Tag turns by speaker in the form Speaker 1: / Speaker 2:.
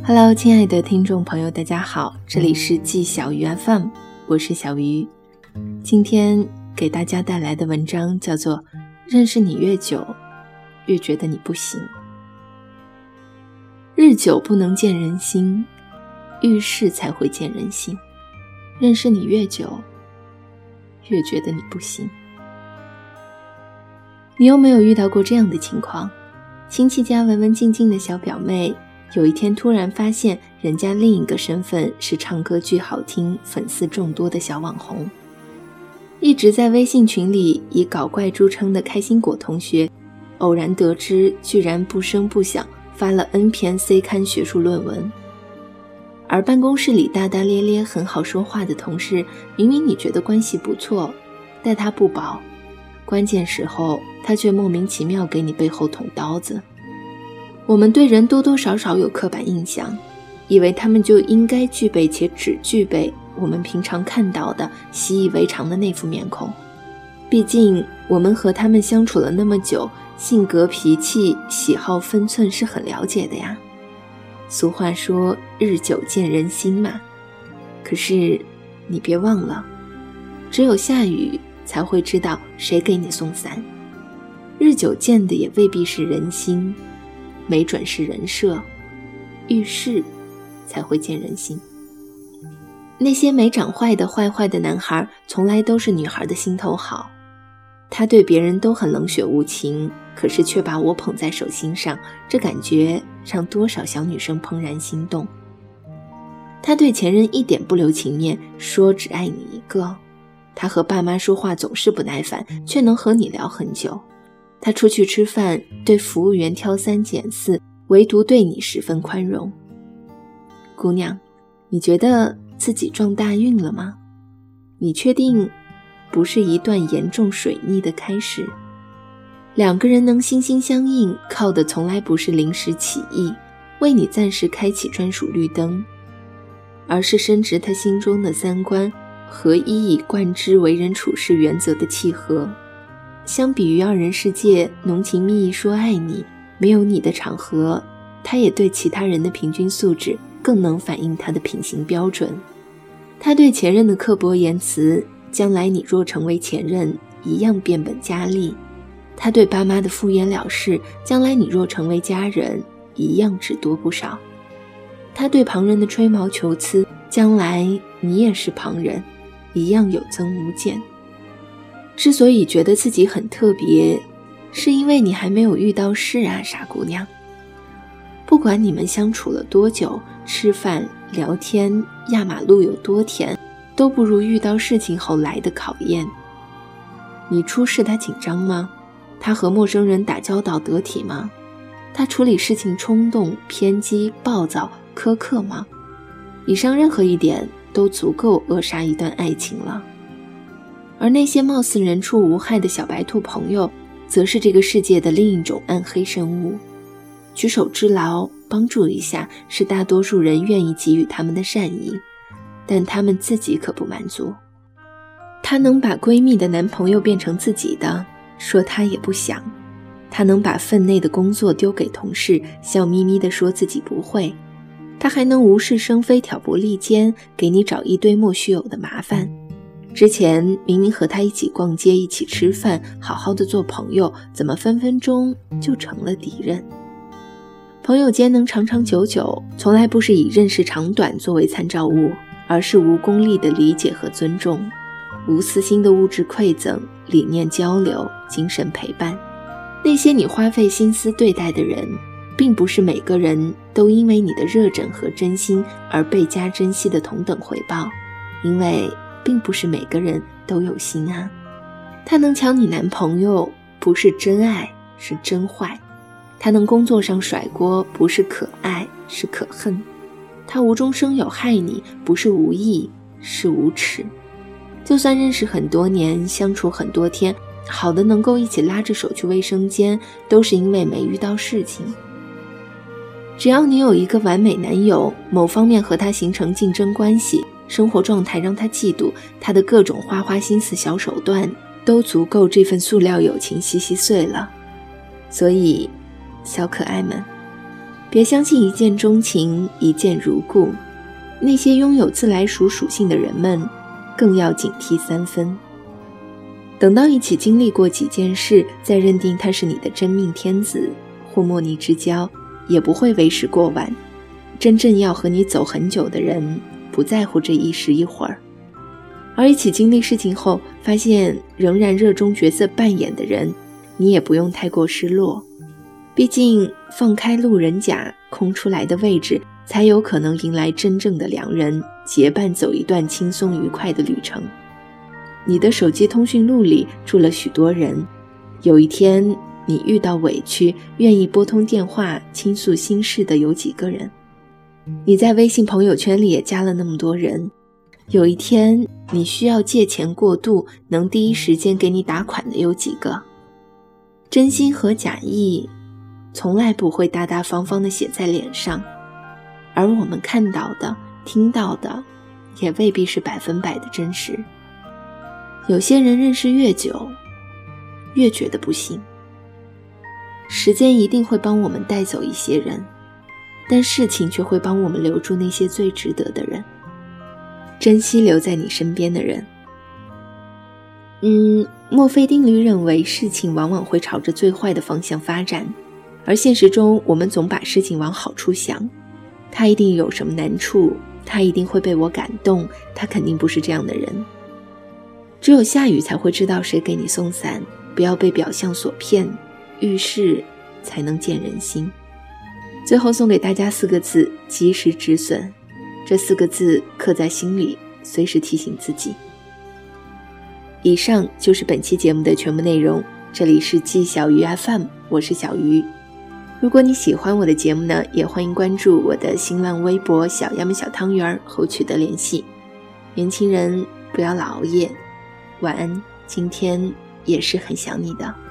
Speaker 1: Hello， 亲爱的听众朋友，大家好，这里是季小鱼 FM， 我是小鱼。今天给大家带来的文章叫做《认识你越久，越觉得你不行》。日久不能见人心，遇事才会见人心。认识你越久，越觉得你不行。你有没有遇到过这样的情况？亲戚家文文静静的小表妹，有一天突然发现人家另一个身份是唱歌巨好听、粉丝众多的小网红。一直在微信群里以搞怪著称的开心果同学，偶然得知居然不声不响发了 N 篇 C 刊学术论文。而办公室里大大咧咧很好说话的同事，明明你觉得关系不错，待他不薄，关键时候他却莫名其妙给你背后捅刀子。我们对人多多少少有刻板印象，以为他们就应该具备且只具备我们平常看到的习以为常的那副面孔。毕竟我们和他们相处了那么久，性格、脾气、喜好、分寸是很了解的呀。俗话说日久见人心嘛。可是你别忘了，只有下雨才会知道谁给你送伞。日久见的也未必是人心，没准是人设。遇事才会见人心。那些没长坏的坏坏的男孩，从来都是女孩的心头好。他对别人都很冷血无情，可是却把我捧在手心上，这感觉让多少小女生怦然心动。他对前任一点不留情面，说只爱你一个。他和爸妈说话总是不耐烦，却能和你聊很久。他出去吃饭，对服务员挑三拣四，唯独对你十分宽容。姑娘，你觉得自己撞大运了吗？你确定不是一段严重水逆的开始？两个人能心心相印，靠的从来不是临时起意，为你暂时开启专属绿灯，而是深植他心中的三观和一以贯之为人处事原则的契合。相比于二人世界浓情蜜意说爱你，没有你的场合，他也对其他人的平均素质更能反映他的品行标准。他对前任的刻薄言辞，将来你若成为前任，一样变本加厉。他对爸妈的敷衍了事，将来你若成为家人，一样只多不少。他对旁人的吹毛求疵，将来你也是旁人，一样有增无减。之所以觉得自己很特别，是因为你还没有遇到事啊，傻姑娘。不管你们相处了多久，吃饭、聊天、压马路有多甜，都不如遇到事情后来的考验。你出事他紧张吗？他和陌生人打交道得体吗？他处理事情冲动、偏激、暴躁、苛刻吗？以上任何一点都足够扼杀一段爱情了。而那些貌似人畜无害的小白兔朋友，则是这个世界的另一种暗黑生物。举手之劳，帮助一下，是大多数人愿意给予他们的善意，但他们自己可不满足。她能把闺蜜的男朋友变成自己的，说她也不想。她能把分内的工作丢给同事，笑眯眯地说自己不会。她还能无事生非、挑拨离间，给你找一堆莫须有的麻烦。之前明明和他一起逛街、一起吃饭，好好的做朋友，怎么分分钟就成了敌人？朋友间能长长久久，从来不是以认识长短作为参照物，而是无功利的理解和尊重，无私心的物质馈赠，理念交流，精神陪伴。那些你花费心思对待的人，并不是每个人都因为你的热忱和真心而倍加珍惜的同等回报，因为并不是每个人都有心啊。他能抢你男朋友，不是真爱，是真坏。他能工作上甩锅，不是可爱，是可恨。他无中生有害你，不是无意，是无耻。就算认识很多年，相处很多天，好的能够一起拉着手去卫生间，都是因为没遇到事情。只要你有一个完美男友，某方面和他形成竞争关系，生活状态让他嫉妒，他的各种花花心思小手段都足够这份塑料友情稀稀碎了。所以小可爱们， 别相信一见钟情，一见如故。那些拥有自来熟属性的人们，更要警惕3分。等到一起经历过几件事，再认定他是你的真命天子或莫逆之交，也不会为时过晚。真正要和你走很久的人，不在乎这一时一会儿。而一起经历事情后，发现仍然热衷角色扮演的人，你也不用太过失落。毕竟放开路人甲，空出来的位置，才有可能迎来真正的良人，结伴走一段轻松愉快的旅程。你的手机通讯录里住了许多人，有一天你遇到委屈，愿意拨通电话倾诉心事的有几个人？你在微信朋友圈里也加了那么多人，有一天你需要借钱过度，能第一时间给你打款的有几个？真心和假意从来不会大大方方地写在脸上，而我们看到的、听到的也未必是100%的真实。有些人认识越久，越觉得不信。时间一定会帮我们带走一些人，但事情却会帮我们留住那些最值得的人。珍惜留在你身边的人。墨菲定律认为，事情往往会朝着最坏的方向发展，而现实中我们总把事情往好处想。他一定有什么难处，他一定会被我感动，他肯定不是这样的人。只有下雨才会知道谁给你送伞，不要被表象所骗，遇事才能见人心。最后送给大家4个字：及时止损。这4个字刻在心里，随时提醒自己。以上就是本期节目的全部内容，这里是季小鱼 FM， 我是小鱼。如果你喜欢我的节目呢，也欢迎关注我的新浪微博小鸭们小汤圆后取得联系。年轻人不要老熬夜，晚安，今天也是很想你的。